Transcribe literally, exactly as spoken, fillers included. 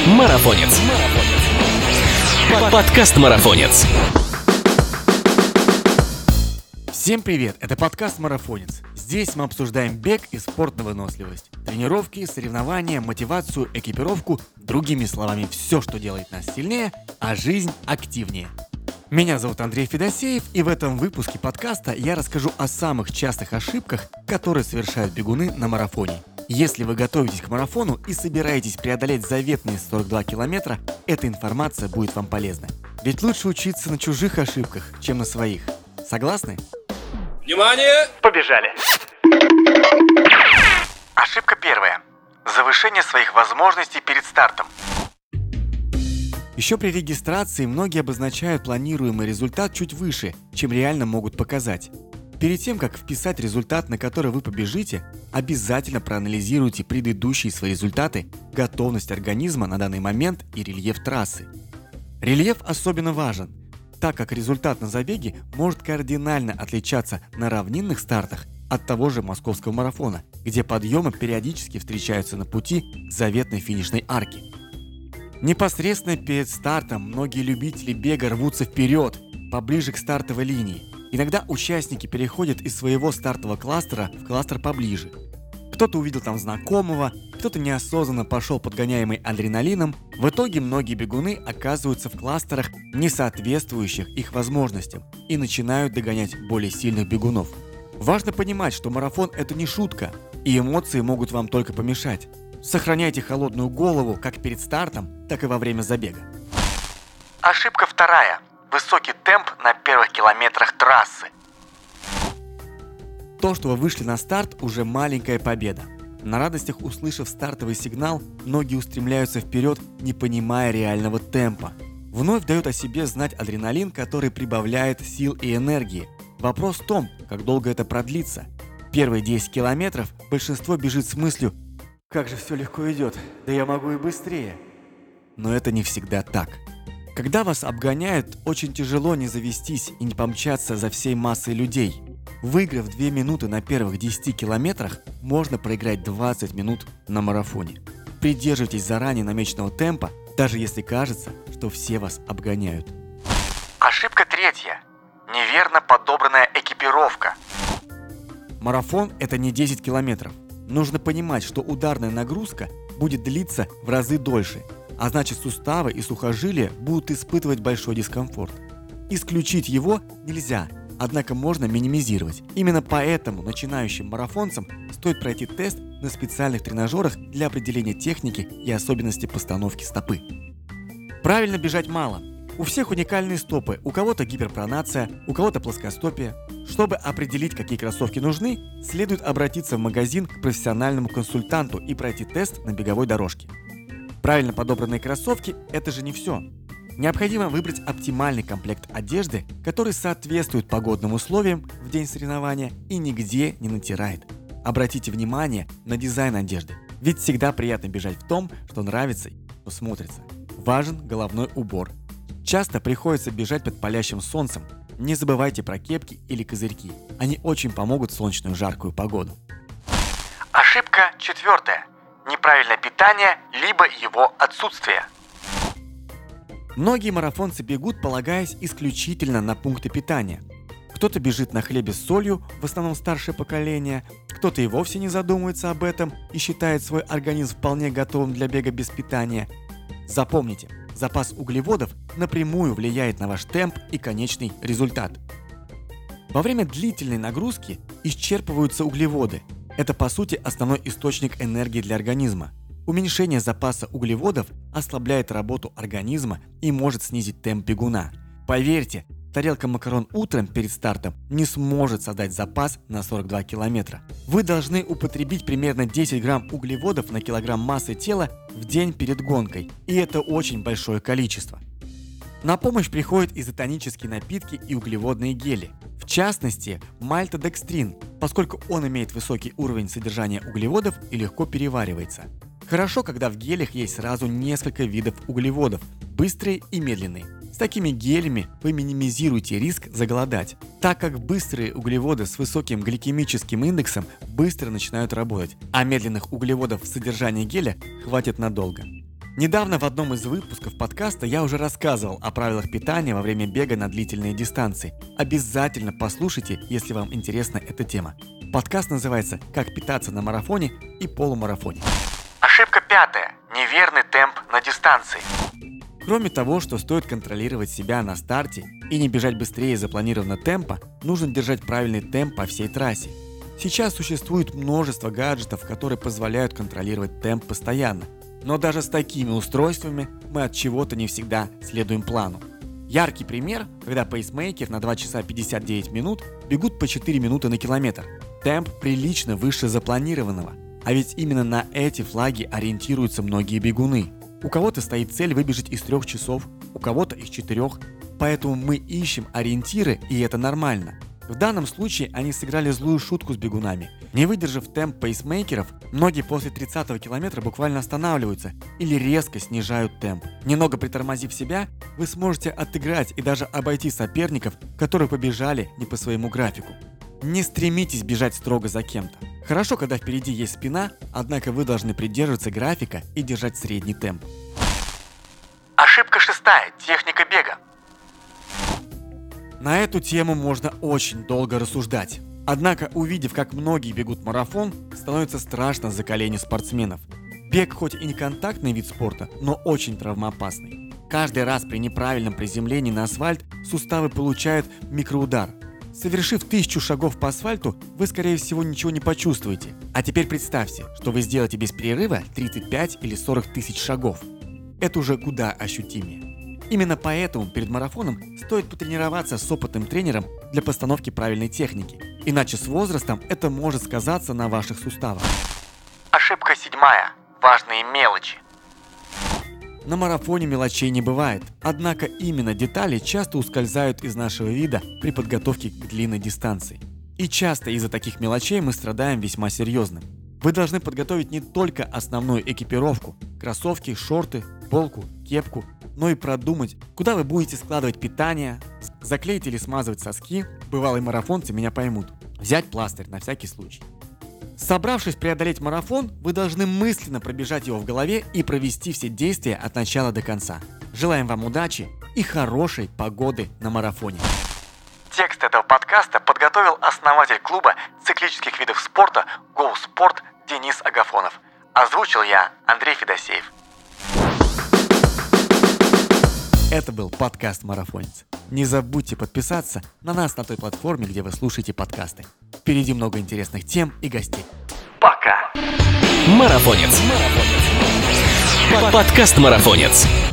Марафонец. Подкаст Марафонец. Всем привет! Это подкаст «Марафонец». Здесь мы обсуждаем бег и спорт на выносливость. Тренировки, соревнования, мотивацию, экипировку. Другими словами, все, что делает нас сильнее, а жизнь активнее. Меня зовут Андрей Федосеев, и в этом выпуске подкаста я расскажу о самых частых ошибках, которые совершают бегуны на марафоне. Если вы готовитесь к марафону и собираетесь преодолеть заветные сорок два километра, эта информация будет вам полезна. Ведь лучше учиться на чужих ошибках, чем на своих. Согласны? Внимание! Побежали! Ошибка первая. Завышение своих возможностей перед стартом. Еще при регистрации многие обозначают планируемый результат чуть выше, чем реально могут показать. Перед тем, как вписать результат, на который вы побежите, обязательно проанализируйте предыдущие свои результаты, готовность организма на данный момент и рельеф трассы. Рельеф особенно важен, так как результат на забеге может кардинально отличаться на равнинных стартах от того же московского марафона, где подъемы периодически встречаются на пути к заветной финишной арке. Непосредственно перед стартом многие любители бега рвутся вперед, поближе к стартовой линии. Иногда участники переходят из своего стартового кластера в кластер поближе. Кто-то увидел там знакомого, кто-то неосознанно пошел подгоняемый адреналином. В итоге многие бегуны оказываются в кластерах, не соответствующих их возможностям, и начинают догонять более сильных бегунов. Важно понимать, что марафон – это не шутка, и эмоции могут вам только помешать. Сохраняйте холодную голову как перед стартом, так и во время забега. Ошибка вторая. Высокий темп на первых километрах трассы. То, что вы вышли на старт, уже маленькая победа. На радостях, услышав стартовый сигнал, многие устремляются вперед, не понимая реального темпа. Вновь дает о себе знать адреналин, который прибавляет сил и энергии. Вопрос в том, как долго это продлится. Первые десять километров большинство бежит с мыслью: «Как же все легко идет, да я могу и быстрее». Но это не всегда так. Когда вас обгоняют, очень тяжело не завестись и не помчаться за всей массой людей. Выиграв две минуты на первых десяти километрах, можно проиграть двадцать минут на марафоне. Придерживайтесь заранее намеченного темпа, даже если кажется, что все вас обгоняют. Ошибка третья. Неверно подобранная экипировка. Марафон – это не десять километров. Нужно понимать, что ударная нагрузка будет длиться в разы дольше, а значит, суставы и сухожилия будут испытывать большой дискомфорт. Исключить его нельзя, однако можно минимизировать. Именно поэтому начинающим марафонцам стоит пройти тест на специальных тренажерах для определения техники и особенностей постановки стопы. Правильно бежать мало. У всех уникальные стопы, у кого-то гиперпронация, у кого-то плоскостопие. Чтобы определить, какие кроссовки нужны, следует обратиться в магазин к профессиональному консультанту и пройти тест на беговой дорожке. Правильно подобранные кроссовки – это же не все. Необходимо выбрать оптимальный комплект одежды, который соответствует погодным условиям в день соревнования и нигде не натирает. Обратите внимание на дизайн одежды, ведь всегда приятно бежать в том, что нравится и что смотрится. Важен головной убор. Часто приходится бежать под палящим солнцем. Не забывайте про кепки или козырьки. Они очень помогут в солнечную жаркую погоду. Ошибка четвертая. Неправильное питание, либо его отсутствие. Многие марафонцы бегут, полагаясь исключительно на пункты питания. Кто-то бежит на хлебе с солью, в основном старшее поколение, кто-то и вовсе не задумывается об этом и считает свой организм вполне готовым для бега без питания. Запомните, запас углеводов напрямую влияет на ваш темп и конечный результат. Во время длительной нагрузки исчерпываются углеводы. Это, по сути, основной источник энергии для организма. Уменьшение запаса углеводов ослабляет работу организма и может снизить темп бегуна. Поверьте, тарелка макарон утром перед стартом не сможет создать запас на сорок два километра. Вы должны употребить примерно десять грамм углеводов на килограмм массы тела в день перед гонкой, и это очень большое количество. На помощь приходят изотонические напитки и углеводные гели. В частности, мальтодекстрин, поскольку он имеет высокий уровень содержания углеводов и легко переваривается. Хорошо, когда в гелях есть сразу несколько видов углеводов, быстрые и медленные. С такими гелями вы минимизируете риск заголодать, так как быстрые углеводы с высоким гликемическим индексом быстро начинают работать, а медленных углеводов в содержании геля хватит надолго. Недавно в одном из выпусков подкаста я уже рассказывал о правилах питания во время бега на длительные дистанции. Обязательно послушайте, если вам интересна эта тема. Подкаст называется «Как питаться на марафоне и полумарафоне». Ошибка пятая. Неверный темп на дистанции. Кроме того, что стоит контролировать себя на старте и не бежать быстрее запланированного темпа, нужно держать правильный темп по всей трассе. Сейчас существует множество гаджетов, которые позволяют контролировать темп постоянно. Но даже с такими устройствами мы от чего-то не всегда следуем плану. Яркий пример, когда пейсмейкер на два часа пятьдесят девять минут бегут по четыре минуты на километр. Темп прилично выше запланированного. А ведь именно на эти флаги ориентируются многие бегуны. У кого-то стоит цель выбежать из трех часов, у кого-то из четырех. Поэтому мы ищем ориентиры, и это нормально. В данном случае они сыграли злую шутку с бегунами. Не выдержав темп пейсмейкеров, многие после тридцатого километра буквально останавливаются или резко снижают темп. Немного притормозив себя, вы сможете отыграть и даже обойти соперников, которые побежали не по своему графику. Не стремитесь бежать строго за кем-то. Хорошо, когда впереди есть спина, однако вы должны придерживаться графика и держать средний темп. Ошибка шестая. Техника бега. На эту тему можно очень долго рассуждать. Однако, увидев, как многие бегут марафон, становится страшно за колени спортсменов. Бег хоть и не контактный вид спорта, но очень травмоопасный. Каждый раз при неправильном приземлении на асфальт суставы получают микроудар. Совершив тысячу шагов по асфальту, вы, скорее всего, ничего не почувствуете. А теперь представьте, что вы сделаете без перерыва тридцать пять или сорок тысяч шагов. Это уже куда ощутимее. Именно поэтому перед марафоном стоит потренироваться с опытным тренером для постановки правильной техники. Иначе с возрастом это может сказаться на ваших суставах. Ошибка седьмая. Важные мелочи. На марафоне мелочей не бывает, однако именно детали часто ускользают из нашего вида при подготовке к длинной дистанции. И часто из-за таких мелочей мы страдаем весьма серьезно. Вы должны подготовить не только основную экипировку – кроссовки, шорты, полку, кепку, но и продумать, куда вы будете складывать питание, заклеить или смазывать соски, бывалые марафонцы меня поймут, взять пластырь на всякий случай. Собравшись преодолеть марафон, вы должны мысленно пробежать его в голове и провести все действия от начала до конца. Желаем вам удачи и хорошей погоды на марафоне. Текст этого подкаста подготовил основатель клуба циклических видов спорта Go Sport Денис Агафонов. Озвучил я, Андрей Федосеев. Это был подкаст «Марафонец». Не забудьте подписаться на нас на той платформе, где вы слушаете подкасты. Впереди много интересных тем и гостей. Пока! Марафонец. Подкаст «Марафонец».